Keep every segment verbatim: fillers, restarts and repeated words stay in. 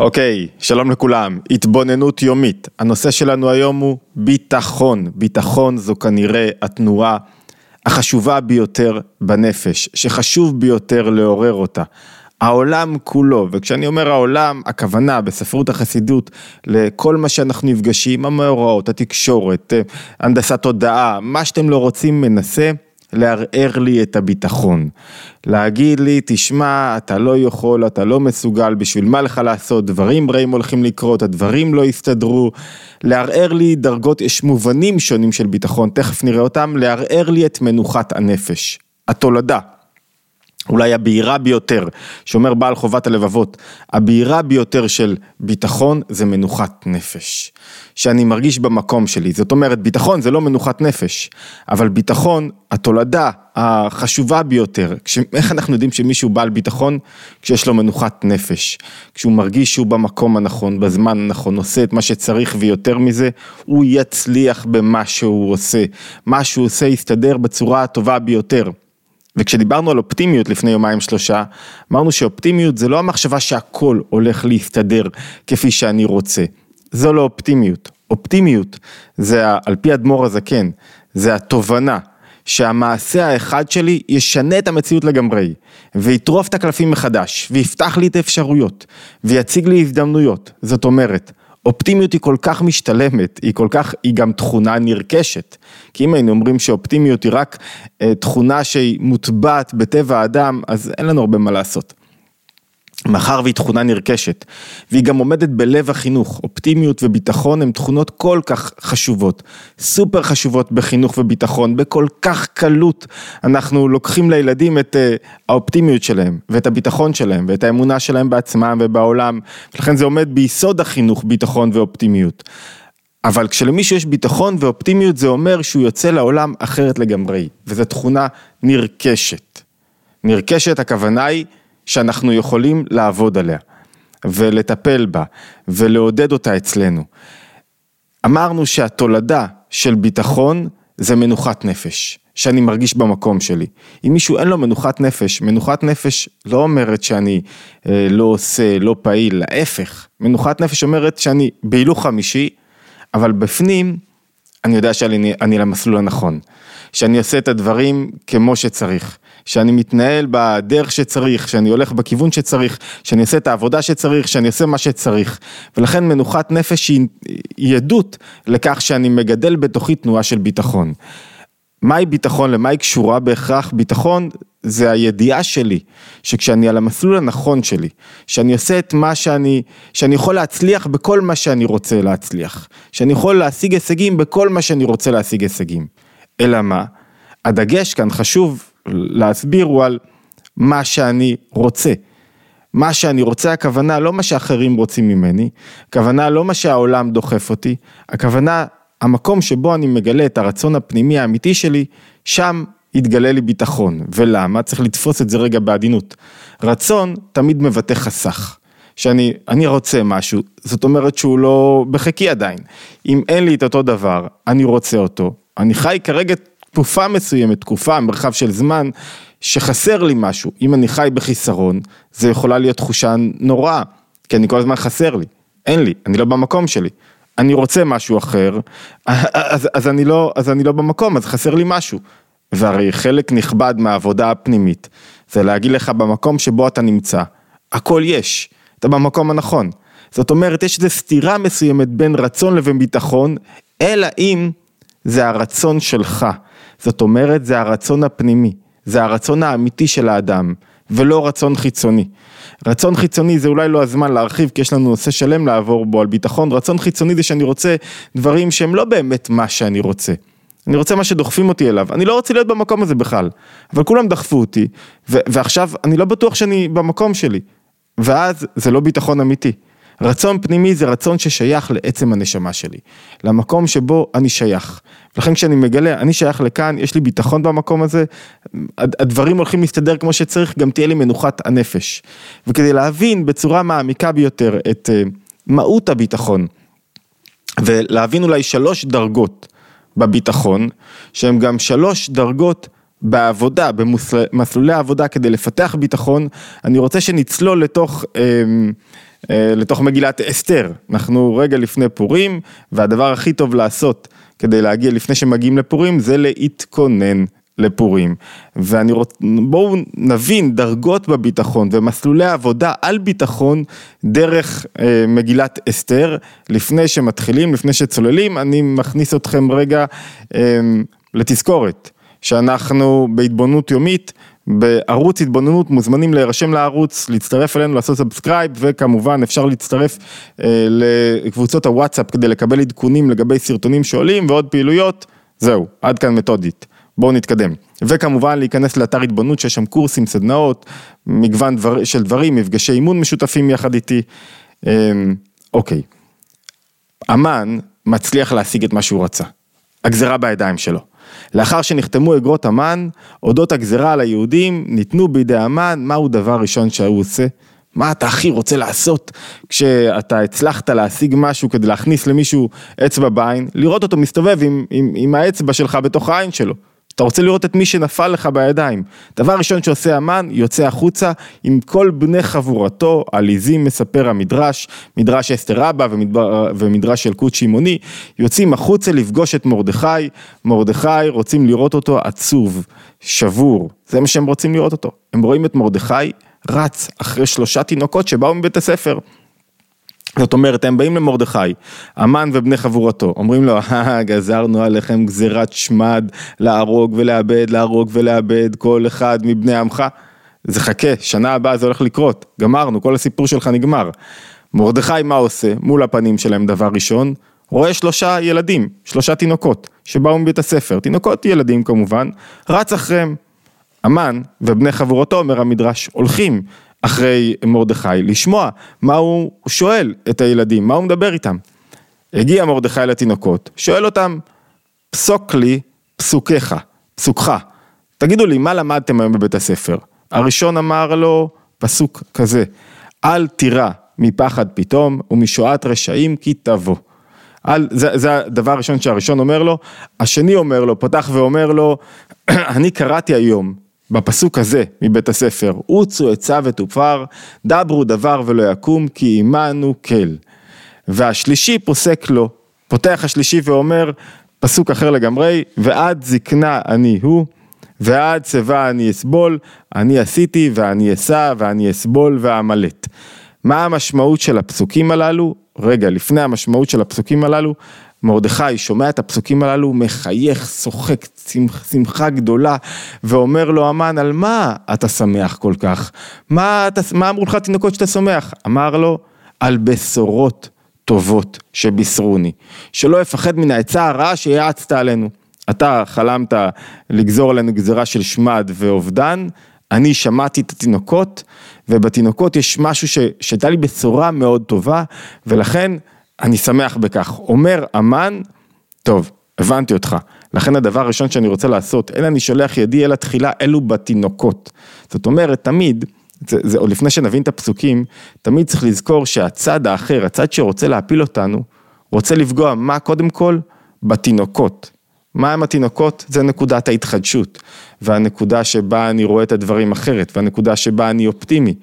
אוקיי, שלום לכולם, התבוננות יומית. הנושא שלנו היום הוא ביטחון. ביטחון זו כנראה התנועה החשובה ביותר בנפש, שחשוב ביותר לעורר אותה. העולם כולו, וכשאני אומר העולם, הכוונה בספרות החסידות לכל מה שאנחנו נפגשים, המאורעות, התקשורת, הנדסת תודעה, מה שאתם לא רוצים מנסה לערער לי את הביטחון. להגיד לי, תשמע, אתה לא יכול, אתה לא מסוגל, בשביל מה לך לעשות, דברים רעים הולכים לקרות, הדברים לא יסתדרו, לערער לי דרגות, יש מובנים שונים של ביטחון, תכף נראה אותם, לערער לי את מנוחת הנפש, התולדה. אולי הבהירה ביותר, שאומר בעל חובת הלבבות, הבהירה ביותר של ביטחון זה מנוחת נפש, שאני מרגיש במקום שלי. זאת אומרת, ביטחון זה לא מנוחת נפש, אבל ביטחון, התולדה החשובה ביותר, איך אנחנו יודעים שמישהו בעל ביטחון? כשיש לו מנוחת נפש, כשהוא מרגיש שהוא במקום הנכון, בזמן הנכון, עושה את מה שצריך ויותר מזה, הוא יצליח במה שהוא עושה, מה שהוא עושה יסתדר בצורה הטובה ביותר. וכשדיברנו על אופטימיות לפני יומיים שלושה, אמרנו שאופטימיות זה לא המחשבה שהכל הולך להסתדר כפי שאני רוצה. זו לא אופטימיות. אופטימיות זה, על פי אדמו"ר הזקן, זה התובנה שהמעשה האחד שלי ישנה את המציאות לגמרי, ויטרוף את הקלפים מחדש, ויפתח לי את האפשרויות, ויציג לי הזדמנויות. זאת אומרת, אופטימיות היא כל כך משתלמת, היא כל כך, היא גם תכונה נרכשת, כי אם היינו אומרים שאופטימיות היא רק אה, תכונה שהיא מוטבעת בטבע האדם, אז אין לנו הרבה מה לעשות. מאחר והיא תכונה נרכשת, והיא גם עומדת בלב החינוך, אופטימיות וביטחון הן תכונות כל כך חשובות, סופר חשובות בחינוך וביטחון, בכל כך קלות אנחנו לוקחים לילדים את uh, האופטימיות שלהם, ואת הביטחון שלהם, ואת האמונה שלהם בעצמם ובעולם, ולכן זה עומד ביסוד החינוך, ביטחון ואופטימיות. אבל כשלמישהו יש ביטחון ואופטימיות, זה אומר שהוא יוצא לעולם אחרת לגמרי, וזו תכונה נרכשת. נרכשת, הכוונה היא, שאנחנו יכולים לעבוד עליה, ולטפל בה, ולעודד אותה אצלנו. אמרנו שהתולדה של ביטחון, זה מנוחת נפש, שאני מרגיש במקום שלי. אם מישהו אין לו מנוחת נפש, מנוחת נפש לא אומרת שאני אה, לא עושה, לא פעיל, להפך. מנוחת נפש אומרת שאני בהילוך חמישי, אבל בפנים, אני יודע שאני אני למסלול הנכון, שאני עושה את הדברים כמו שצריך, שאני מתנהל בדרך שצריך, שאני הולך בכיוון שצריך, שאני עושה את העבודה שצריך, שאני עושה מה שצריך, ולכן מנוחת נפש היא עדות לכך שאני מגדל בתוכי תנועה של ביטחון. מהי ביטחון? למה היא קשורה בהכרח? ביטחון זה הידיעה שלי, שכשאני על המסלול הנכון שלי, שאני עושה את מה שאני, שאני יכול להצליח בכל מה שאני רוצה להצליח, שאני יכול להשיג הישגים בכל מה שאני רוצה להשיג הישגים. אלא מה? הדגש כאן חשוב להסביר הוא על מה שאני רוצה. מה שאני רוצה, הכוונה לא מה שאחרים רוצים ממני, הכוונה לא מה שהעולם דוחף אותי, הכוונה המקום שבו אני מגלה את הרצון הפנימי האמיתי שלי, שם יתגלה לי ביטחון. ולמה? צריך לתפוס את זה רגע בעדינות. רצון תמיד מבטא חסך. שאני אני רוצה משהו, זאת אומרת שהוא לא בחיקי עדיין. אם אין לי את אותו דבר, אני רוצה אותו. אני חי כרגע תקופה מסוימת, תקופה, מרחב של זמן, שחסר לי משהו. אם אני חי בחיסרון, זה יכולה להיות תחושה נוראה, כי אני כל הזמן חסר לי. אין לי, אני לא במקום שלי. אני רוצה משהו אחר, אז, אז, אני לא, אז אני לא במקום, אז חסר לי משהו. והרי חלק נכבד מהעבודה הפנימית, זה להגיד לך במקום שבו אתה נמצא, הכל יש, אתה במקום הנכון. זאת אומרת, יש איזו סתירה מסוימת בין רצון לבין ביטחון, אלא אם זה הרצון שלך. זאת אומרת, זה הרצון הפנימי, זה הרצון האמיתי של האדם, ולא רצון חיצוני. רצון חיצוני זה אולי לא הזמן להרחיב, כי יש לנו נושא שלם לעבור בו על ביטחון. רצון חיצוני זה שאני רוצה דברים שהם לא באמת מה שאני רוצה. אני רוצה מה שדוחפים אותי אליו. אני לא רוצה להיות במקום הזה בכלל, אבל כולם דחפו אותי, ו- ועכשיו אני לא בטוח שאני במקום שלי. ואז זה לא ביטחון אמיתי. רצון פנימי זה רצון ששייך לעצם הנשמה שלי, למקום שבו אני שייך. ולכן כשאני מגלה, אני שייך לכאן, יש לי ביטחון במקום הזה, הדברים הולכים להסתדר כמו שצריך, גם תהיה לי מנוחת הנפש. וכדי להבין בצורה מעמיקה ביותר את מהות הביטחון, ולהבין אולי שלוש דרגות בביטחון, שהן גם שלוש דרגות בעבודה, במסלולי העבודה, כדי לפתח ביטחון, אני רוצה שנצלול לתוך אה, לתוך מגילת אסתר. אנחנו רגע לפני פורים, והדבר הכי טוב לעשות כדי להגיע לפני שמגיעים לפורים, זה להתכונן לפורים. ואני רוצ... בואו נבין דרגות בביטחון ומסלולי עבודה על ביטחון דרך אה, מגילת אסתר. לפני שמתחילים, לפני שצוללים, אני מכניס אתכם רגע אה, לתזכורת, שאנחנו בהתבוננות יומית, בערוץ התבוננות, מוזמנים להירשם לערוץ, להצטרף אלינו, לעשות סאבסקרייב, וכמובן אפשר להצטרף אה, לקבוצות הוואטסאפ כדי לקבל עדכונים לגבי סרטונים שעולים ועוד פעילויות. זהו, עד כאן מתודית. בואו נתקדם. וכמובן להיכנס לאתר התבוננות שיש שם קורסים, סדנאות, מגוון דבר, של דברים, מפגשי אימון משותפים יחד איתי. אה, אוקיי. המן מצליח להשיג את מה שהוא רצה. הגזרה בידיים שלו. לאחר שנחתמו אגרות המן, אודות הגזרה על היהודים, ניתנו בידי המן, מהו דבר ראשון שהוא עושה? מה אתה הכי רוצה לעשות כשאתה הצלחת להשיג משהו כדי להכניס למישהו אצבע בעין, לראות אותו מסתובב עם, עם, עם האצבע שלך בתוך העין שלו. אתה רוצה לראות את מי שנפל לך בידיים. דבר ראשון שעושה המן, יוצא החוצה עם כל בני חבורתו, עליזים מספר המדרש, מדרש אסתר רבא ומדרש ילקוט שמעוני, יוצאים החוצה לפגוש את מרדכי, מרדכי רוצים לראות אותו עצוב, שבור, זה מה שהם רוצים לראות אותו. הם רואים את מרדכי רץ אחרי שלושה תינוקות שבאו מבית הספר. זאת אומרת, הם באים למרדכי, המן ובני חבורתו, אומרים לו, גזרנו עליכם גזירת שמד, להרוג ולאבד, להרוג ולאבד, כל אחד מבני עמך. זה חכה, שנה הבאה זה הולך לקרות, גמרנו, כל הסיפור שלך נגמר. מרדכי מה עושה? מול הפנים שלהם דבר ראשון, רואה שלושה ילדים, שלושה תינוקות, שבאו מבית הספר, תינוקות ילדים כמובן, רץ אחריהם. המן ובני חבורתו, אומר המדרש, הולכים אחרי מרדכי, לשמוע מה הוא שואל את הילדים, מה הוא מדבר איתם. הגיע מרדכי לתינוקות, שואל אותם, פסוק לי פסוקיך, פסוקך. תגידו לי, מה למדתם היום בבית הספר? הראשון אמר לו, פסוק כזה, אל תירא מפחד פתאום, ומשועת רשעים כי תבוא. אל, זה, זה הדבר הראשון שהראשון אומר לו, השני אומר לו, פותח ואומר לו, אני קראתי היום, בפסוק הזה מבית הספר, עוצו עצה ותופר, דברו דבר ולא יקום, כי עמנו כל. והשלישי פוסק לו, פותח השלישי ואומר, פסוק אחר לגמרי, ועד זקנה אני הוא, ועד צבא אני אסבול, אני עשיתי ואני אסע ואני אסבול ואמלט. מה המשמעות של הפסוקים הללו? רגע, לפני המשמעות של הפסוקים הללו, מרדכי שומע את הפסוקים הללו, מחייך, שוחק, שמחה גדולה, ואומר לו המן, על מה אתה שמח כל כך? מה, אתה, מה אמרו לך תינוקות שאתה שמח? אמר לו, על בשורות טובות שבישרוני, שלא יפחד מן העצה הרעה שיעצת עלינו. אתה חלמת לגזור עלינו גזרה של שמד ואובדן, אני שמעתי את התינוקות, ובתינוקות יש משהו ש, שהייתה לי בשורה מאוד טובה, ולכן אני שמח בכך. אומר המן, טוב, הבנתי אותך. לכן הדבר הראשון שאני רוצה לעשות, אלא אני שולח ידי אל התחילה, אלו בתינוקות. זאת אומרת, תמיד, זה, זה, או לפני שנבין את הפסוקים, תמיד צריך לזכור שהצד האחר, הצד שרוצה להפיל אותנו, רוצה לפגוע מה קודם כל? בתינוקות. מה הם התינוקות? זה נקודת ההתחדשות, והנקודה שבה אני רואה את הדברים אחרת, והנקודה שבה אני אופטימי.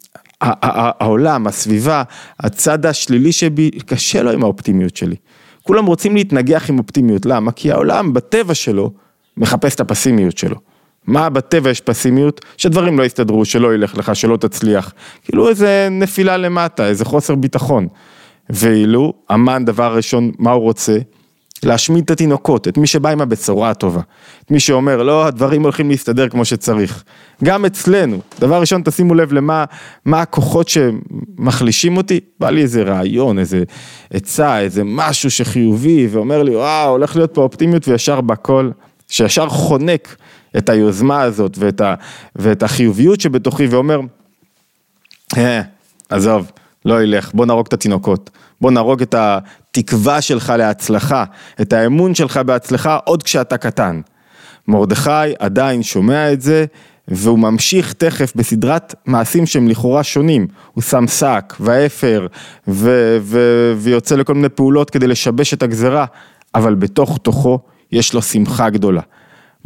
העולם, הסביבה, הצד השלילי שבי, קשה לו עם האופטימיות שלי. כולם רוצים להתנגח עם אופטימיות. למה? כי העולם בטבע שלו מחפש את הפסימיות שלו. מה בטבע יש פסימיות? שדברים לא יסתדרו, שלא ילך לך, שלא תצליח. כאילו איזה נפילה למטה, איזה חוסר ביטחון. ואילו, המן דבר ראשון, מה הוא רוצה? להשמיד את התינוקות, את מי שבא עם הבשורה הטובה. את מי שאומר, לא, הדברים הולכים להסתדר כמו שצריך. גם אצלנו, דבר ראשון, תשימו לב למה, מה הכוחות שמחלישים אותי, בא לי איזה רעיון, איזה עצה, איזה משהו שחיובי, ואומר לי, וואו, הולך להיות פה אופטימיות, וישר בכל, שישר חונק את היוזמה הזאת, ואת, ה, ואת החיוביות שבתוכי, ואומר, אה, עזוב, לא ילך, בוא נרוג את התינוקות, בוא נרוג את התקווה שלך להצלחה, את האמון שלך בהצלחה, עוד כשאתה קטן. מרדכי עדיין שומע את זה, והוא ממשיך תכף בסדרת מעשים שהם לכאורה שונים. הוא שם שק ואפר, ו- ו- ויוצא לכל מיני פעולות כדי לשבש את הגזרה, אבל בתוך תוכו יש לו שמחה גדולה.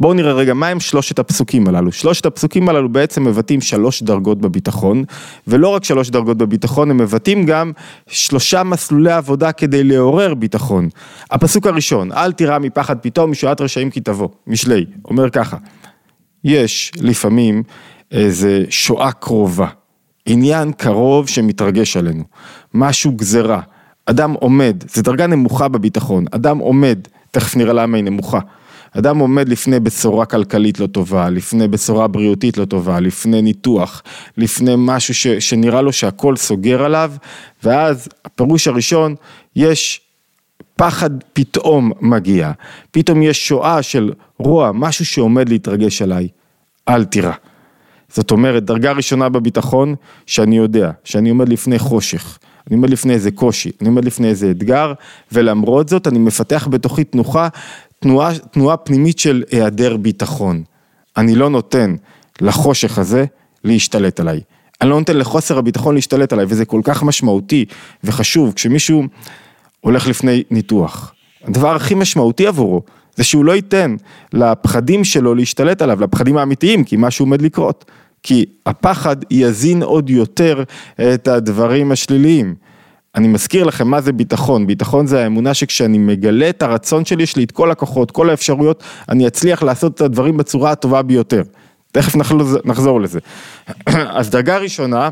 בואו נראה רגע, מה הם שלושת הפסוקים הללו? שלושת הפסוקים הללו בעצם מבטאים שלוש דרגות בביטחון, ולא רק שלוש דרגות בביטחון, הם מבטאים גם שלושה מסלולי עבודה כדי לעורר ביטחון. הפסוק הראשון, אל תירא מפחד פתאום, משועת רשעים כי תבוא, משלי, אומר ככה, יש לפעמים איזה שואה קרובה, עניין קרוב שמתרגש עלינו, משהו גזרה, אדם עומד, זה דרגה נמוכה בביטחון, אדם עומד, תכף נראה למה היא נמוכה, אדם עומד לפני בשורה כלכלית לא טובה, לפני בשורה בריאותית לא טובה, לפני ניתוח, לפני משהו ש, שנראה לו שהכל סוגר עליו, ואז הפירוש הראשון, יש פחד פתאום מגיע, פתאום יש שואה של רוע, משהו שעומד להתרגש עליי, אל תירא. זאת אומרת, דרגה ראשונה בביטחון, שאני יודע, שאני עומד לפני חושך, אני עומד לפני איזה קושי, אני עומד לפני איזה אתגר, ולמרות זאת אני מפתח בתוכי תנוחה, תנועה, תנועה פנימית של היעדר ביטחון. אני לא נותן לחושך הזה להשתלט עליי. אני לא נותן לחוסר הביטחון להשתלט עליי, וזה כל כך משמעותי וחשוב, כשמישהו הולך לפני ניתוח. הדבר הכי משמעותי עבורו, זה שהוא לא ייתן לפחדים שלו להשתלט עליו, לפחדים האמיתיים, כי משהו עומד לקרות. כי הפחד יזין עוד יותר את הדברים השליליים. אני מזכיר לכם מה זה ביטחון, ביטחון זה האמונה שכשאני מגלה את הרצון שלי, יש לי את כל הכוחות, כל האפשרויות, אני אצליח לעשות את הדברים בצורה הטובה ביותר. תכף נחזור לזה. אז דרגה ראשונה,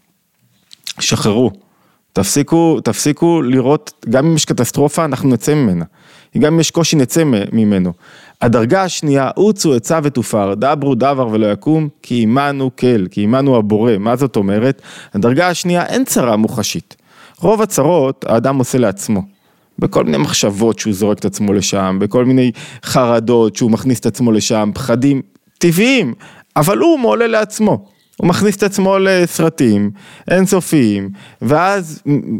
שחררו, תפסיקו, תפסיקו לראות, גם אם יש קטסטרופה, אנחנו נצא ממנה. גם אם יש קושי נצא ממנו. הדרגה השנייה, עוצו עצה ותופר, דברו דבר ולא יקום, כי אימנו כל, כי אימנו הבורא. מה זאת אומרת? הדרגה השנייה, אין צרה מוחשית. רוב הצרות האדם עושה לעצמו, בכל מיני מחשבות שהוא זורק את עצמו לשם, בכל מיני חרדות שהוא מכניס את עצמו לשם, פחדים טבעיים, אבל הוא מעולה לעצמו, הוא מכניס את עצמו לסרטים אינסופיים, ואז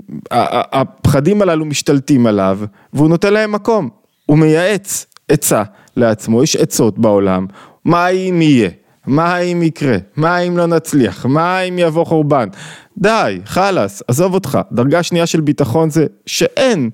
הפחדים הללו משתלטים עליו, והוא נותן להם מקום, הוא מייעץ עצה לעצמו, יש עצות בעולם, מה אם יהיה? מה אם יקרה? מה אם לא נצליח? מה אם יבוא חורבן? די, חלס, עזוב אותך. דרגה שנייה של ביטחון זה שאין,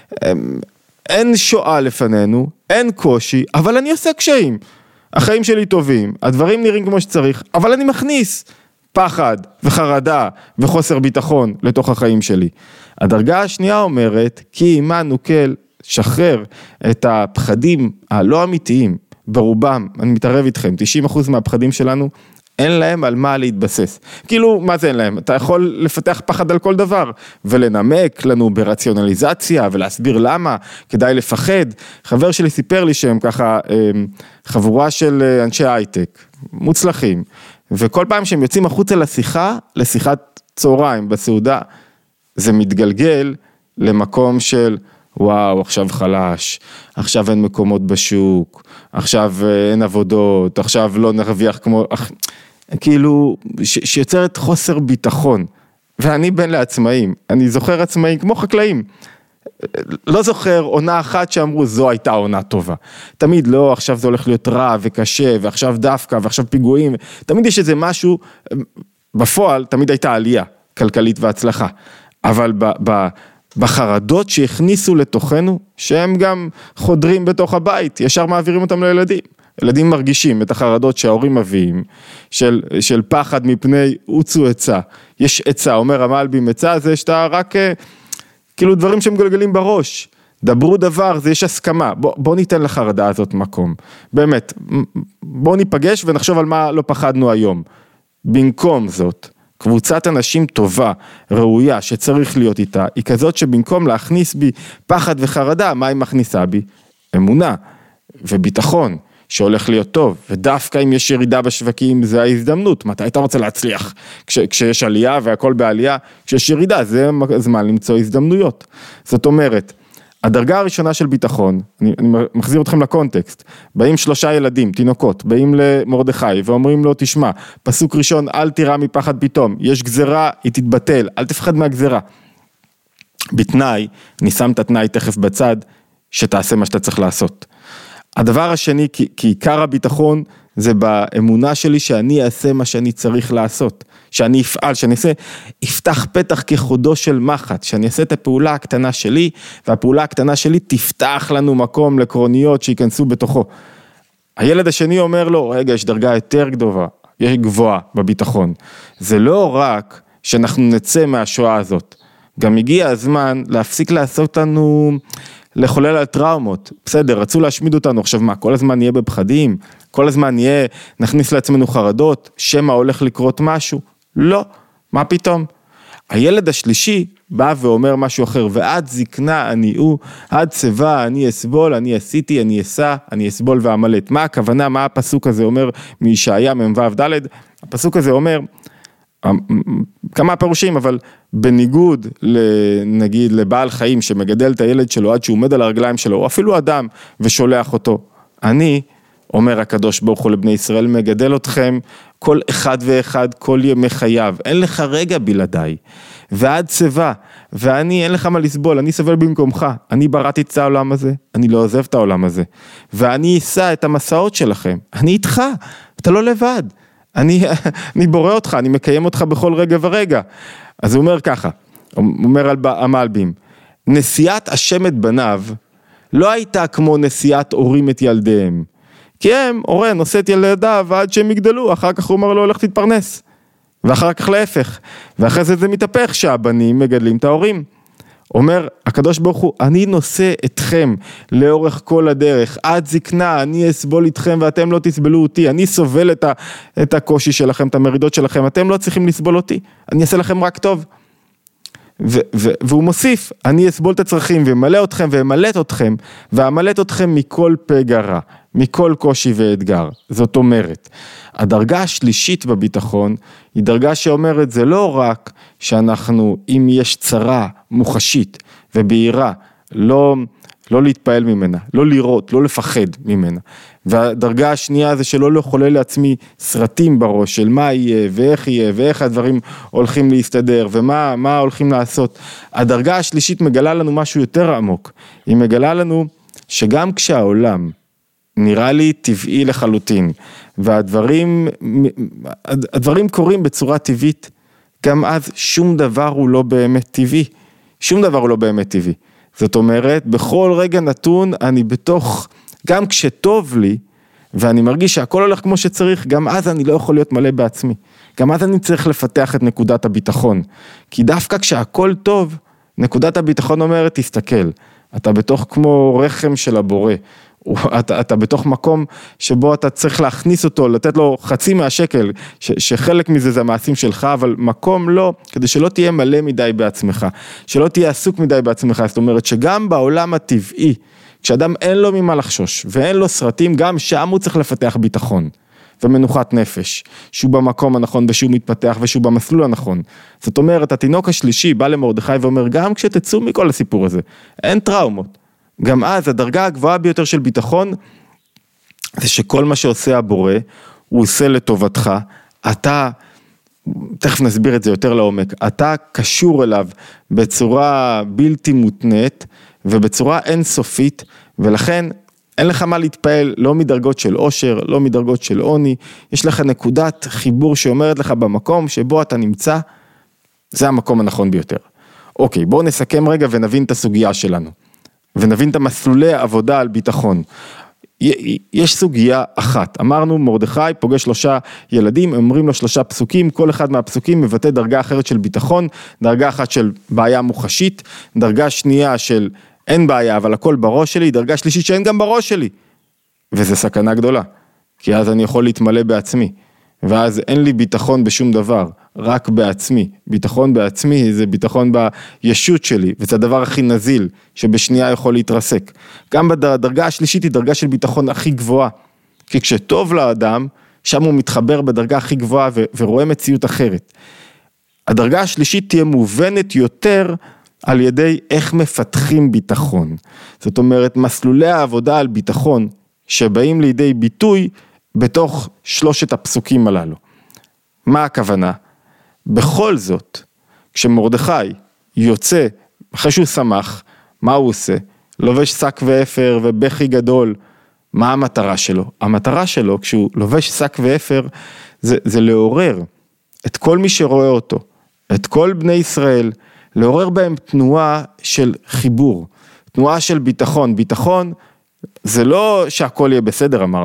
אין שואה לפנינו, אין קושי, אבל אני עושה קשיים. החיים שלי טובים, הדברים נראים כמו שצריך, אבל אני מכניס פחד וחרדה וחוסר ביטחון לתוך החיים שלי. הדרגה השנייה אומרת, כי אימנו כל, שחרר את הפחדים הלא אמיתיים, ברובם, אני מתערב איתכם, תשעים אחוז מהפחדים שלנו, אין להם על מה להתבסס. כאילו, מה זה אין להם? אתה יכול לפתח פחד על כל דבר, ולנמק לנו ברציונליזציה, ולהסביר למה, כדאי לפחד. חבר שלי סיפר לי שהם ככה, חבורה של אנשי הייטק, מוצלחים, וכל פעם שהם יוצאים החוצה לשיחה, לשיחת צהריים בסעודה, זה מתגלגל למקום של, וואו, עכשיו חלש, עכשיו אין מקומות בשוק, עכשיו אין עבודות, עכשיו לא נרוויח כמו, כאילו, ש, שיוצרת חוסר ביטחון, ואני בן לעצמאים, אני זוכר עצמאים כמו חקלאים, לא זוכר עונה אחת שאמרו, זו הייתה עונה טובה, תמיד לא, עכשיו זה הולך להיות רע וקשה, ועכשיו דווקא, ועכשיו פיגועים, תמיד יש איזה משהו, בפועל תמיד הייתה עלייה, כלכלית והצלחה, אבל ב... ב בחרדות שהכניסו לתוכנו, שהם גם חודרים בתוך הבית, ישר מעבירים אותם לילדים. ילדים מרגישים את החרדות שההורים מביאים, של, של פחד מפני עוצו עצה. יש עצה, אומר המלבים עצה, זה שאתה רק, כאילו דברים שמגלגלים בראש. דברו דבר, זה יש הסכמה. בוא, בוא ניתן לחרדה הזאת מקום. באמת, בוא ניפגש ונחשוב על מה לא פחדנו היום. במקום זאת, קבוצת אנשים טובה, ראויה, שצריך להיות איתה, היא כזאת שבמקום להכניס בי פחד וחרדה, מה היא מכניסה בי? אמונה וביטחון, שהולך להיות טוב, ודווקא אם יש ירידה בשווקים, זה ההזדמנות, מתי אתה רוצה להצליח? כש, כשיש עלייה והכל בעלייה, כשיש ירידה, זה זמן למצוא הזדמנויות. זאת אומרת, הדרגה הראשונה של ביטחון, אני, אני מחזיר אתכם לקונטקסט, באים שלושה ילדים, תינוקות, באים למרדכי ואומרים לו, תשמע, פסוק ראשון, אל תירא מפחד פתאום, יש גזרה, היא תתבטל, אל תפחד מהגזרה. בתנאי, אני שם את התנאי תכף בצד, שתעשה מה שאתה צריך לעשות. הדבר השני, כי, כי עיקר הביטחון, זה באמונה שלי שאני אעשה מה שאני צריך לעשות, שאני אפעל, שאני אעשה, יפתח פתח כחודו של מחט, שאני אעשה את הפעולה הקטנה שלי, והפעולה הקטנה שלי תפתח לנו מקום לקרוניות שיכנסו בתוכו. הילד השני אומר לו, רגע, יש דרגה יותר גדולה, יש גבוהה בביטחון. זה לא רק שאנחנו נצא מהשואה הזאת, גם הגיע הזמן להפסיק לעשות לנו, לחולל על טראומות. בסדר, רצו להשמיד אותנו, עכשיו מה, כל הזמן נהיה בפחדים, כל הזמן נהיה, נכניס לעצמנו חרדות, שמה הולך לקרות משהו? לא, מה פתאום? הילד השלישי בא ואומר משהו אחר, ועד זקנה אני הוא, עד צבא אני אסבול, אני עשיתי, אני אסע, אני אסבול ועמלט. מה הכוונה, מה הפסוק הזה אומר מישעיה ממ"ו ד'? הפסוק הזה אומר, כמה פירושים, אבל בניגוד נגיד לבעל חיים שמגדל את הילד שלו עד שהוא עומד על הרגליים שלו, או אפילו אדם ושולח אותו, אני, אומר הקדוש ברוך הוא לבני ישראל, מגדל אתכם כל אחד ואחד כל ימי חייו, אין לך רגע בלעדיי, ועד צבא, ואני אין לך מה לסבול, אני סובל במקומך, אני בראתי את העולם הזה, אני לא עוזב את העולם הזה, ואני אשא את המסעות שלכם, אני איתך, אתה לא לבד, אני, אני בורא אותך, אני מקיים אותך בכל רגע ורגע. אז הוא אומר ככה, הוא אומר על המלבים, נשיאת השם את בניו, לא הייתה כמו נשיאת הורים את ילדיהם, כי הם, הורה, נושא את ילדיו עד שהם יגדלו, אחר כך הוא אומר לו, הולך תתפרנס, ואחר כך להפך, ואחרי זה זה מתהפך שהבנים מגדלים את ההורים. אומר הקדוש ברוך הוא, אני נושא אתכם לאורך כל הדרך, עד זקנה, אני אסבול איתכם ואתם לא תסבלו אותי, אני סובל את, ה, את הקושי שלכם, את המרידות שלכם, אתם לא צריכים לסבול אותי, אני אעשה לכם רק טוב. ו, ו, והוא מוסיף, אני אסבול את הצרכים ומלא אתכם ומלט אתכם, ואמלט אתכם מכל פגע רע, מכל קושי ואתגר. זאת אומרת, הדרגה השלישית בביטחון, היא דרגה שאומרת, זה לא רק שאנחנו, אם יש צרה מוחשית ובהירה, לא, לא להתפעל ממנה, לא לראות, לא לפחד ממנה. והדרגה השנייה זה שלא לחולל לעצמי סרטים בראש, של מה יהיה ואיך יהיה, ואיך הדברים הולכים להסתדר, ומה מה הולכים לעשות. הדרגה השלישית מגלה לנו משהו יותר עמוק. היא מגלה לנו שגם כשהעולם נראה לי טבעי לחלוטין, והדברים הדברים קורים בצורה טבעית, גם אז שום דבר הוא לא באמת טבעי. שום דבר הוא לא באמת טבעי. זאת אומרת, בכל רגע נתון אני בתוך, גם כשטוב לי, ואני מרגיש שהכל הולך כמו שצריך, גם אז אני לא יכול להיות מלא בעצמי. גם אז אני צריך לפתח את נקודת הביטחון. כי דווקא כשהכל טוב, נקודת הביטחון אומרת, תסתכל, אתה בתוך כמו רחם של הבורא, אתה, אתה בתוך מקום שבו אתה צריך להכניס אותו, לתת לו חצי מהשקל, ש, שחלק מזה זה המעשים שלך, אבל מקום לא, כדי שלא תהיה מלא מדי בעצמך, שלא תהיה עסוק מדי בעצמך, זאת אומרת שגם בעולם הטבעי, כשאדם אין לו ממה לחשוש, ואין לו סרטים, גם שם הוא צריך לפתח ביטחון, ומנוחת נפש, שהוא במקום הנכון, ושהוא מתפתח, ושהוא במסלול הנכון. זאת אומרת, התינוק השלישי בא למרדכי ואומר, גם כשתצאו מכל הסיפור הזה, אין טראומות. גם אז הדרגה הגבוהה ביותר של ביטחון, זה שכל מה שעושה הבורא, הוא עושה לטובתך, אתה, תכף נסביר את זה יותר לעומק, אתה קשור אליו בצורה בלתי מותנית, ובצורה אינסופית, ולכן אין לך מה להתפעל, לא מדרגות של עושר, לא מדרגות של עוני, יש לך נקודת חיבור שאומרת לך במקום שבו אתה נמצא, זה המקום הנכון ביותר. אוקיי, בואו נסכם רגע ונבין את הסוגיה שלנו. ונבין את המסלולי העבודה על ביטחון. יש סוגיה אחת, אמרנו מרדכי פוגש שלושה ילדים, אומרים לו שלושה פסוקים, כל אחד מהפסוקים מבטא דרגה אחרת של ביטחון, דרגה אחת של בעיה מוחשית, דרגה שנייה של אין בעיה אבל הכל בראש שלי, דרגה שלישית שאין גם בראש שלי, וזה סכנה גדולה, כי אז אני יכול להתמלא בעצמי, ואז אין לי ביטחון בשום דבר, רק בעצמי. ביטחון בעצמי זה ביטחון בישות שלי, וזה הדבר הכי נזיל, שבשנייה יכול להתרסק. גם בדרגה השלישית היא דרגה של ביטחון הכי גבוהה, כי כשטוב לאדם, שם הוא מתחבר בדרגה הכי גבוהה, ו- ורואה מציאות אחרת. הדרגה השלישית תהיה מובנת יותר, על ידי איך מפתחים ביטחון. זאת אומרת, מסלולי העבודה על ביטחון, שבאים לידי ביטוי, בתוך שלושת הפסוקים הללו. מה הכוונה? בכל זאת, כשמרדכי יוצא, אחרי שהוא שמח, מה הוא עושה? לובש שק ואפר ובכי גדול, מה המטרה שלו? המטרה שלו, כשהוא לובש שק ואפר, זה, זה לעורר את כל מי שרואה אותו, את כל בני ישראל, לעורר בהם תנועה של חיבור, תנועה של ביטחון. ביטחון זה לא שהכל יהיה בסדר, אמרנו.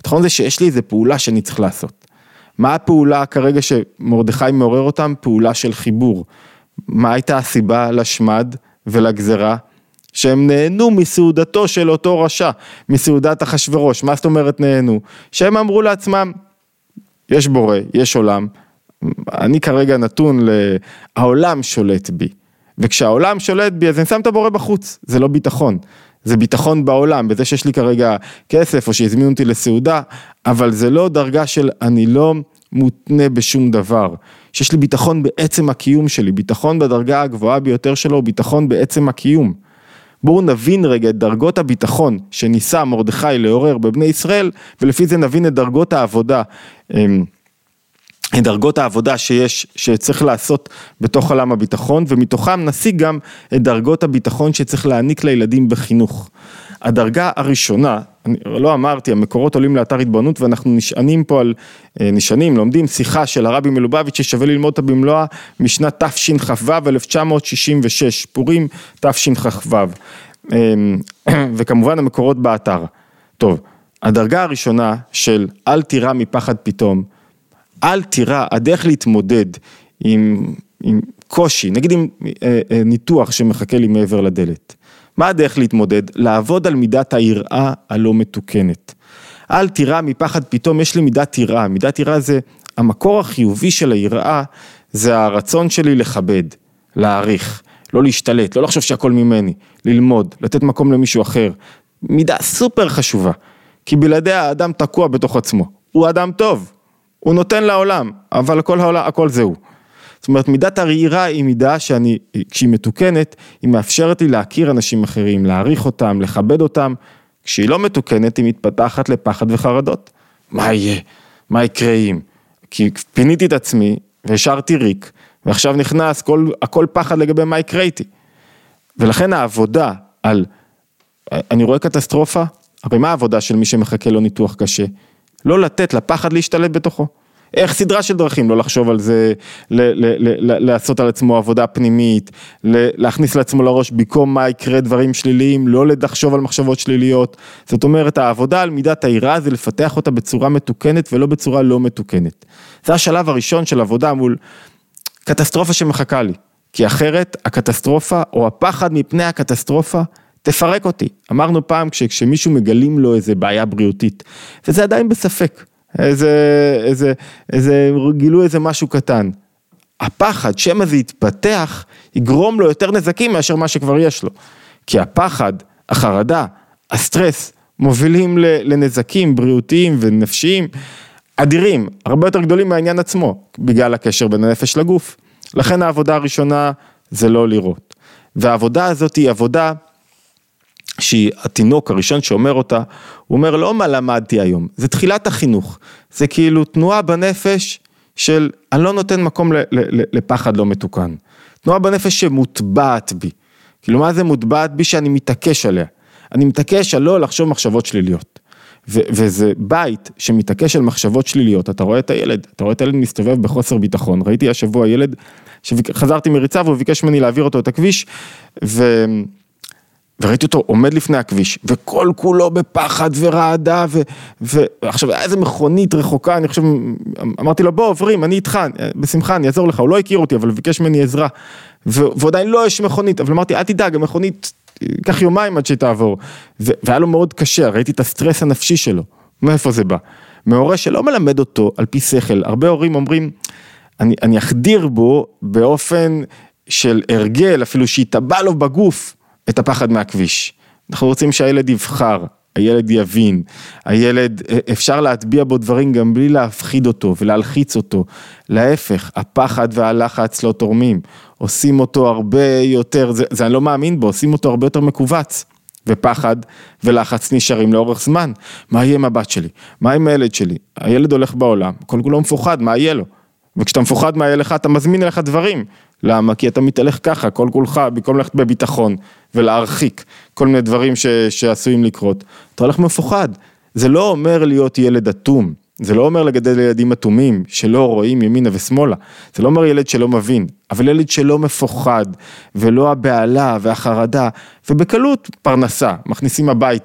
ביטחון זה שיש לי איזו פעולה שאני צריך לעשות. מה הפעולה כרגע שמרדכי מעורר אותם? פעולה של חיבור. מה הייתה הסיבה לשמד ולגזרה? שהם נהנו מסעודתו של אותו רשע, מסעודת אחשוורוש. מה זאת אומרת נהנו? שהם אמרו לעצמם, יש בורא, יש עולם, אני כרגע נתון לעולם שולט בי, וכשהעולם שולט בי, אז אני שם את הבורא בחוץ, זה לא ביטחון, זה ביטחון בעולם, בזה שיש לי כרגע כסף, או שהזמינו אותי לסעודה, אבל זה לא דרגה של אני לא מותנה בשום דבר, שיש לי ביטחון בעצם הקיום שלי, ביטחון בדרגה הגבוהה ביותר שלו, ביטחון בעצם הקיום. בואו נבין רגע את דרגות הביטחון שניסה מרדכי לעורר בבני ישראל, ולפי זה נבין את דרגות העבודה, את דרגות העבודה שיש, שצריך לעשות בתוך עולם הביטחון, ומתוכם נשיג גם את דרגות הביטחון שצריך להעניק לילדים בחינוך. הדרגה הראשונה, אני לא אמרתי, המקורות עולים לאתר התבוננות, ואנחנו נשענים פה על, נשענים, לומדים שיחה של הרבי מלובביץ' ששווה ללמוד אותה במלואה, משנת תשכ"ו אלף תשע מאות שישים ושש, פורים תשכ"ו, וכמובן המקורות באתר. טוב, הדרגה הראשונה של אל תירא מפחד פתאום, אל תירא, הדרך להתמודד עם, עם קושי, נגיד עם ניתוח שמחכה לי מעבר לדלת. מה הדרך להתמודד? לעבוד על מידת היראה הלא מתוקנת. אל תירא מפחד פתאום, יש לי מידת יראה, מידת יראה זה, המקור החיובי של היראה, זה הרצון שלי לכבד, להעריך, לא להשתלט, לא לחשוב שהכל ממני, ללמוד, לתת מקום למישהו אחר. מידה סופר חשובה, כי בלעדיה האדם תקוע בתוך עצמו, הוא אדם טוב, הוא נותן לעולם, אבל כל העולם, הכל זהו. זאת אומרת, מידת היראה היא מידה שאני, כשהיא מתוקנת, היא מאפשרת לי להכיר אנשים אחרים, להעריך אותם, לכבד אותם. כשהיא לא מתוקנת, היא מתפתחת לפחד וחרדות. מה יהיה? מה יקרה אם? כי פיניתי את עצמי, והשארתי ריק, ועכשיו נכנס כל, הכל פחד לגבי מה יקרה איתי. ולכן העבודה על, אני רואה קטסטרופה, הרי מה העבודה של מי שמחכה לו ניתוח קשה? לא לתת לפחד להשתלט בתוכו. איך סדרה של דרכים, לא לחשוב על זה, ל- ל- ל- לעשות על עצמו עבודה פנימית, ל- להכניס לעצמו לראש במקום מה יקרה דברים שליליים, לא לחשוב על מחשבות שליליות. זאת אומרת, העבודה על מידת היראה זה לפתח אותה בצורה מתוקנת ולא בצורה לא מתוקנת. זה השלב הראשון של עבודה מול קטסטרופה שמחכה לי. כי אחרת הקטסטרופה או הפחד מפני הקטסטרופה תפרק אותי. אמרנו פעם כש- כשמישהו מגלים לו איזה בעיה בריאותית, וזה עדיין בספק. איזה, איזה, איזה, גילו איזה משהו קטן. הפחד, שמה זה יתפתח, יגרום לו יותר נזקים מאשר מה שכבר יש לו. כי הפחד, החרדה, הסטרס, מובילים לנזקים בריאותיים ונפשיים, אדירים, הרבה יותר גדולים מהעניין עצמו, בגלל הקשר בין הנפש לגוף. לכן העבודה הראשונה זה לא לראות. והעבודה הזאת היא עבודה שהיא התינוק הראשון שאומר אותה, הוא אומר לא מה למדתי היום, זה תחילת החינוך, זה כאילו תנועה בנפש של אני לא נותן מקום לפחד לא מתוקן, תנועה בנפש שמוטבעת בי, כאילו מה זה מוטבעת בי שאני מתעקש עליה, אני מתעקש על לא לחשוב מחשבות שליליות, ו- וזה בית שמתעקש על מחשבות שליליות, אתה רואה את הילד, אתה רואה את הילד מסתובב בחוסר ביטחון, ראיתי השבוע ילד, שחזרתי מריצה והוא ביקש ממני להעביר אותו את הכביש, ו... וראיתי אותו עומד לפני הכביש, וכל כולו בפחד ורעדה, ו... ועכשיו היה איזה מכונית רחוקה, אני חושב, אמרתי לו בוא עוברים, אני איתך, בשמחה אני אעזור לך, הוא לא הכיר אותי, אבל ביקש ממני עזרה, ו... ועדיין לא יש מכונית, אבל אמרתי אל תדאג, המכונית ייקח יומיים עד שתעבור, ו... והיה לו מאוד קשה, ראיתי את הסטרס הנפשי שלו, מאיפה זה בא? מההורה שלא מלמד אותו על פי שכל, הרבה הורים אומרים, אני, אני אחדיר בו באופן של הרגל, אפילו שיטבע לו בגוף, את הפחד מהכביש. אנחנו רוצים שהילד יבחר, הילד יבין, הילד, אפשר להטביע בו דברים גם בלי להפחיד אותו ולהלחיץ אותו. להפך, הפחד והלחץ לא תורמים, עושים אותו הרבה יותר, זה, זה אני לא מאמין בו, עושים אותו הרבה יותר מקובץ. ופחד ולחץ נשארים לאורך זמן. מה יהיה עם הבת שלי? מה עם הילד שלי? הילד הולך בעולם, כל כולו מפוחד, מה יהיה לו? וכשאתה מפוחד מה יהיה לך, אתה מזמין אליך דברים. למה? כי אתה מתהלך ככה, כל כולך, במקום ללכת בביטחון ולהרחיק כל מיני דברים ש, שעשויים לקרות. אתה הולך מפוחד. זה לא אומר להיות ילד אטום. זה לא אומר לגדל ילדים אטומים, שלא רואים ימינה ושמאלה. זה לא אומר ילד שלא מבין, אבל ילד שלא מפוחד, ולא הבעלה והחרדה, ובקלות פרנסה, מכניסים הביתה.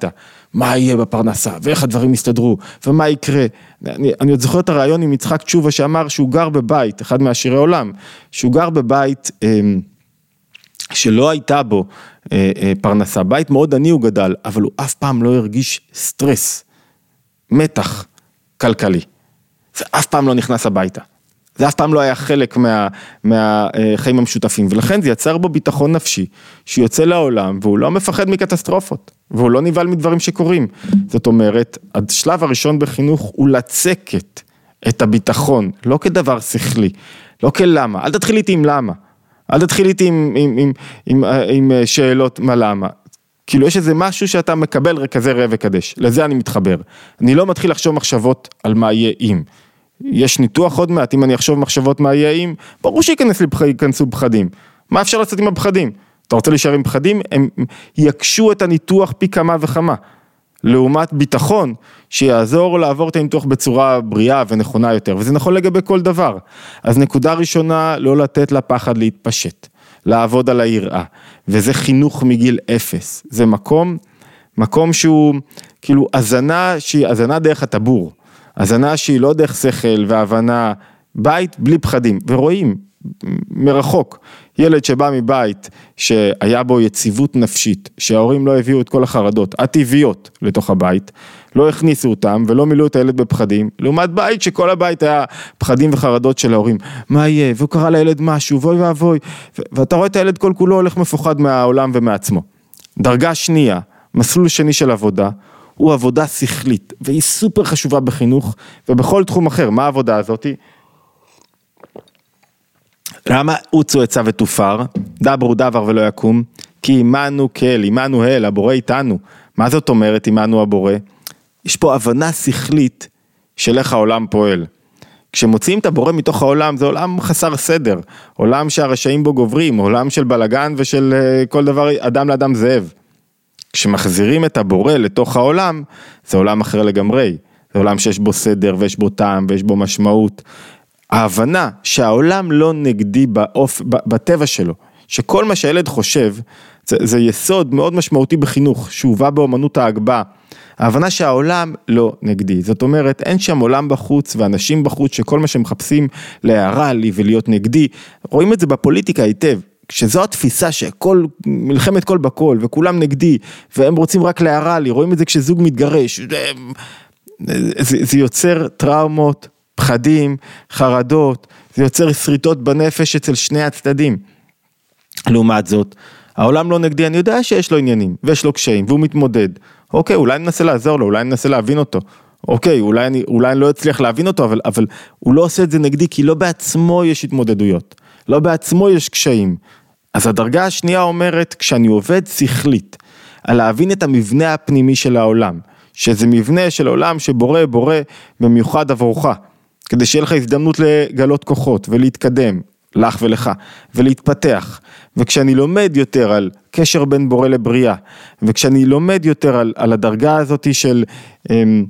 מה יהיה בפרנסה, ואיך הדברים יסתדרו, ומה יקרה. אני, אני עוד זוכר את הרעיון עם יצחק תשובה שאמר שהוא גר בבית, אחד מהשירי עולם, שהוא גר בבית אה, שלא הייתה בו אה, אה, פרנסה, בית מאוד עני הוא גדל, אבל הוא אף פעם לא הרגיש סטרס, מתח כלכלי. זה אף פעם לא נכנס הביתה. זה אף פעם לא היה חלק מה, מהחיים המשותפים, ולכן זה יצר בו ביטחון נפשי, שהוא יוצא לעולם, והוא לא מפחד מקטסטרופות, והוא לא נבהל מדברים שקורים. זאת אומרת, השלב הראשון בחינוך הוא לצקת את הביטחון, לא כדבר שכלי, לא כלמה, אל תתחיל איתי עם למה, אל תתחיל איתי עם, עם, עם, עם, עם שאלות מה למה, כאילו יש איזה משהו שאתה מקבל כזה ראה וקדש, לזה אני מתחבר, אני לא מתחיל לחשוב מחשבות על מה יהיה אם, יש ניתוח עוד מעט, אם אני אחשוב מחשבות מה יהיה אם, ברור שיכנסו פחדים, מה אפשר לעשות עם הפחדים? אתה רוצה להישאר עם פחדים? הם יקשו את הניתוח פי כמה וכמה, לעומת ביטחון, שיעזור לעבור את הניתוח בצורה בריאה ונכונה יותר, וזה נכון לגבי כל דבר. אז נקודה ראשונה, לא לתת לפחד להתפשט, לעבוד על היראה, וזה חינוך מגיל אפס, זה מקום, מקום שהוא כאילו הזנה, שהיא הזנה דרך הטבור, הזנה שהיא לא דרך שכל והבנה, בית בלי פחדים, ורואים מרחוק, ילד שבא מבית שהיה בו יציבות נפשית, שההורים לא הביאו את כל החרדות הטבעיות לתוך הבית, לא הכניסו אותם ולא מילאו את הילד בפחדים, לעומת בית שכל הבית היה פחדים וחרדות של ההורים, מה יהיה? והוא קרא לילד משהו, בואי ואבוי, ואתה רואה את הילד כל כולו הולך מפוחד מהעולם ומעצמו. דרגה שנייה, מסלול שני של עבודה, הוא עבודה שכלית, והיא סופר חשובה בחינוך, ובכל תחום אחר. מה העבודה הזאת? למה הוצאו עצה ותופר, דברו דבר ולא יקום, כי אימנו כאל, אימנו אל, הבורא איתנו. מה זאת אומרת אימנו הבורא? יש פה הבנה שכלית של איך העולם פועל. כשמוציאים את הבורא מתוך העולם, זה עולם חסר סדר, עולם שהרשעים בו גוברים, עולם של בלגן ושל כל דבר, אדם לאדם זאב. כשמחזירים את הבורא לתוך העולם, זה עולם אחר לגמרי, זה עולם שיש בו סדר ויש בו טעם ויש בו משמעות. ההבנה שהעולם לא נגדי באופ, בטבע שלו, שכל מה שהילד חושב, זה, זה יסוד מאוד משמעותי בחינוך, שהובא באמנות ההגבהה, ההבנה שהעולם לא נגדי, זאת אומרת, אין שם עולם בחוץ ואנשים בחוץ, שכל מה שמחפשים להערה לי ולהיות נגדי, רואים את זה בפוליטיקה היטב, כשזו התפיסה שכל, מלחמת כל בכל, וכולם נגדי, והם רוצים רק להערה לי, רואים את זה כשזוג מתגרש, זה, זה יוצר טראומות, פחדים, חרדות, זה יוצר שריטות בנפש אצל שני הצדדים. לעומת זאת, העולם לא נגדי, אני יודע שיש לו עניינים, ויש לו קשיים, והוא מתמודד. אוקיי, אולי אני ננסה לעזור לו, אולי אני ננסה להבין אותו. אוקיי, אולי אני, אולי אני לא אצליח להבין אותו, אבל, אבל הוא לא עושה את זה נגדי, כי לא בעצמו יש התמודדויות, לא בעצמו יש קשיים. אז הדרגה השנייה אומרת, כשאני עובד שכלית, על להבין את המבנה הפנימי של העולם, שזה מבנה של עולם שבורא, בורא במיוחד עבורך, כדי שיהיה לך הזדמנות לגלות כוחות ולהתקדם, לך ולך, ולהתפתח. וכשאני לומד יותר על קשר בין בורא לבריאה, וכשאני לומד יותר על, על הדרגה הזאת של, אמ,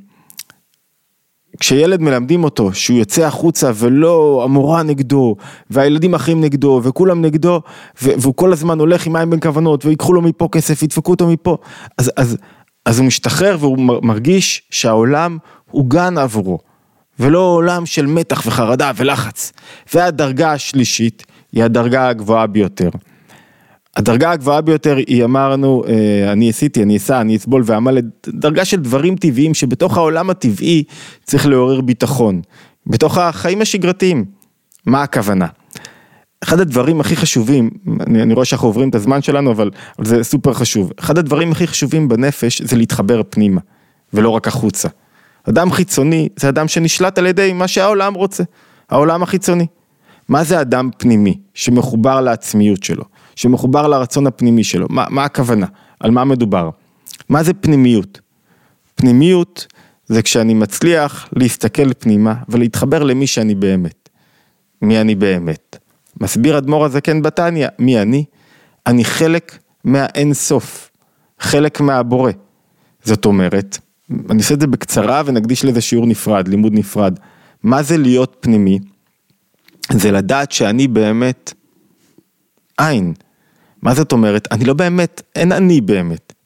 כשילד מלמדים אותו, שהוא יוצא החוצה ולא המורה נגדו, והילדים אחרים נגדו, וכולם נגדו, ו- והוא כל הזמן הולך עם מים בין כוונות, ויקחו לו מפה כסף, ידפקו אותו מפה, אז, אז, אז הוא משתחרר, והוא מרגיש שהעולם הוא גן עבורו, ולא עולם של מתח וחרדה ולחץ. והדרגה השלישית היא הדרגה הגבוהה ביותר. הדרגה הגבוהה ביותר היא אמרנו, אני עשיתי, אני אסע, אני אסבול ועמל, דרגה של דברים טבעיים שבתוך העולם הטבעי צריך לעורר ביטחון. בתוך החיים השגרתיים. מה הכוונה? אחד הדברים הכי חשובים, אני, אני רואה שאנחנו עוברים את הזמן שלנו, אבל, אבל זה סופר חשוב. אחד הדברים הכי חשובים בנפש זה להתחבר פנימה, ולא רק החוצה. אדם חיצוני זה אדם שנשלט על ידי מה שהעולם רוצה, העולם החיצוני. מה זה אדם פנימי שמחובר לעצמיות שלו, שמחובר לרצון הפנימי שלו? מה, מה הכוונה? על מה מדובר? מה זה פנימיות? פנימיות זה כשאני מצליח להסתכל פנימה ולהתחבר למי שאני באמת. מי אני באמת? מסביר אדמו"ר הזקן בתניא, מי אני? אני חלק מהאין סוף, חלק מהבורא. זאת אומרת, אני אעשה את זה בקצרה ונקדיש לזה שיעור נפרד, לימוד נפרד. מה זה להיות פנימי? זה לדעת שאני באמת אין. מה זאת אומרת? אני לא באמת, אין אני באמת.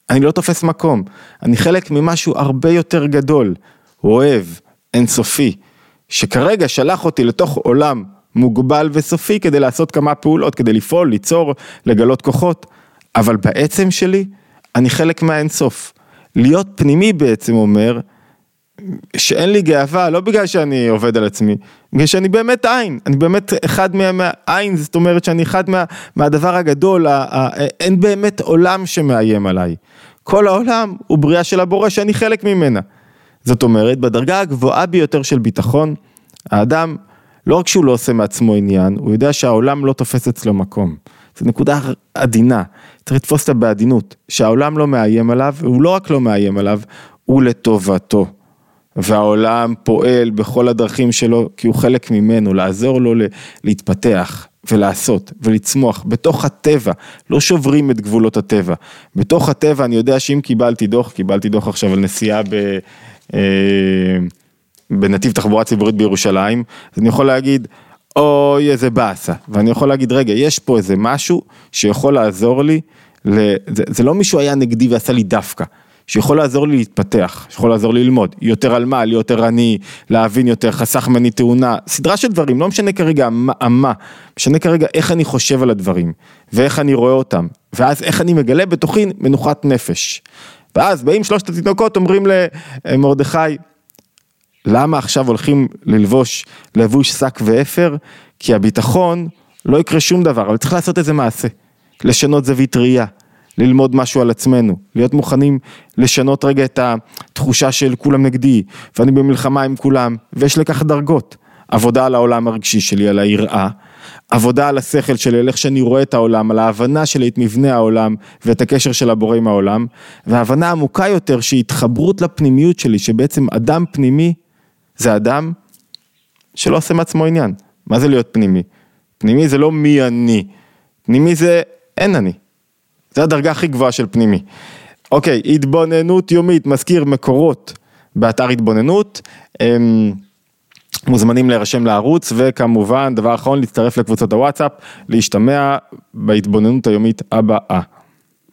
אני לא תופס מקום, אני חלק ממשהו הרבה יותר גדול, אוהב, אינסופי, שכרגע שלח אותי לתוך עולם מוגבל וסופי כדי לעשות כמה פעולות, כדי לפעול, ליצור, לגלות כוחות, אבל בעצם שלי, אני חלק מהאינסוף. להיות פנימי בעצם אומר, שאין לי גאווה, לא בגלל שאני עובד על עצמי, בגלל שאני באמת עין, אני באמת אחד מהעין, זאת אומרת שאני אחד מה, מהדבר הגדול, ה, ה, אין באמת עולם שמאיים עליי. כל העולם הוא בריאה של הבורא שאני חלק ממנה. זאת אומרת, בדרגה הגבוהה ביותר של ביטחון, האדם, לא רק שהוא לא עושה מעצמו עניין, הוא יודע שהעולם לא תופס אצלו מקום. זו נקודה עדינה, צריך לתפוס אותה בעדינות, שהעולם לא מאיים עליו, והוא לא רק לא מאיים עליו, הוא לטובתו. והעולם פועל בכל הדרכים שלו, כי הוא חלק ממנו, לעזור לו להתפתח ולעשות ולצמוח בתוך הטבע, לא שוברים את גבולות הטבע. בתוך הטבע אני יודע שאם קיבלתי דוח, קיבלתי דוח עכשיו על נסיעה ב, אה, בנתיב תחבורה ציבורית בירושלים, אז אני יכול להגיד, אוי איזה באסה, ואני יכול להגיד, רגע, יש פה איזה משהו שיכול לעזור לי, זה, זה לא מישהו היה נגדי ועשה לי דווקא, שיכול לעזור לי להתפתח, שיכול לעזור לי ללמוד, יותר על מה, להיות יותר עני, להבין יותר, חסך מני תאונה, סדרה של דברים, לא משנה כרגע מה, מה, משנה כרגע איך אני חושב על הדברים, ואיך אני רואה אותם, ואז איך אני מגלה בתוכי מנוחת נפש. ואז באים שלושת התינוקות, אומרים למרדכי, למה עכשיו הולכים ללבוש, לבוש שק ואפר? כי הביטחון לא יקרה שום דבר, אבל צריך לעשות איזה מעשה, לשנות זווית ראייה, ללמוד משהו על עצמנו, להיות מוכנים לשנות רגע את התחושה של כולם נגדי, ואני במלחמה עם כולם, ויש לכך דרגות, עבודה על העולם הרגשי שלי, על היראה, עבודה על השכל שלי, על איך שאני רואה את העולם, על ההבנה שלי את מבנה העולם, ואת הקשר של הבורא עם העולם, וההבנה עמוקה יותר שהיא התחברות לפנימיות שלי, שבעצם אדם פנימי, זה אדם שלא עושה מעצמו עניין. מה זה להיות פנימי? פנימי זה לא מי אני, פנימי זה אין אני. זה הדרגה הכי גבוהה של פנימי. אוקיי, התבוננות יומית, מזכיר מקורות באתר התבוננות, הם מוזמנים להירשם לערוץ, וכמובן, דבר אחרון, להצטרף לקבוצות הוואטסאפ, להשתמע בהתבוננות היומית הבאה.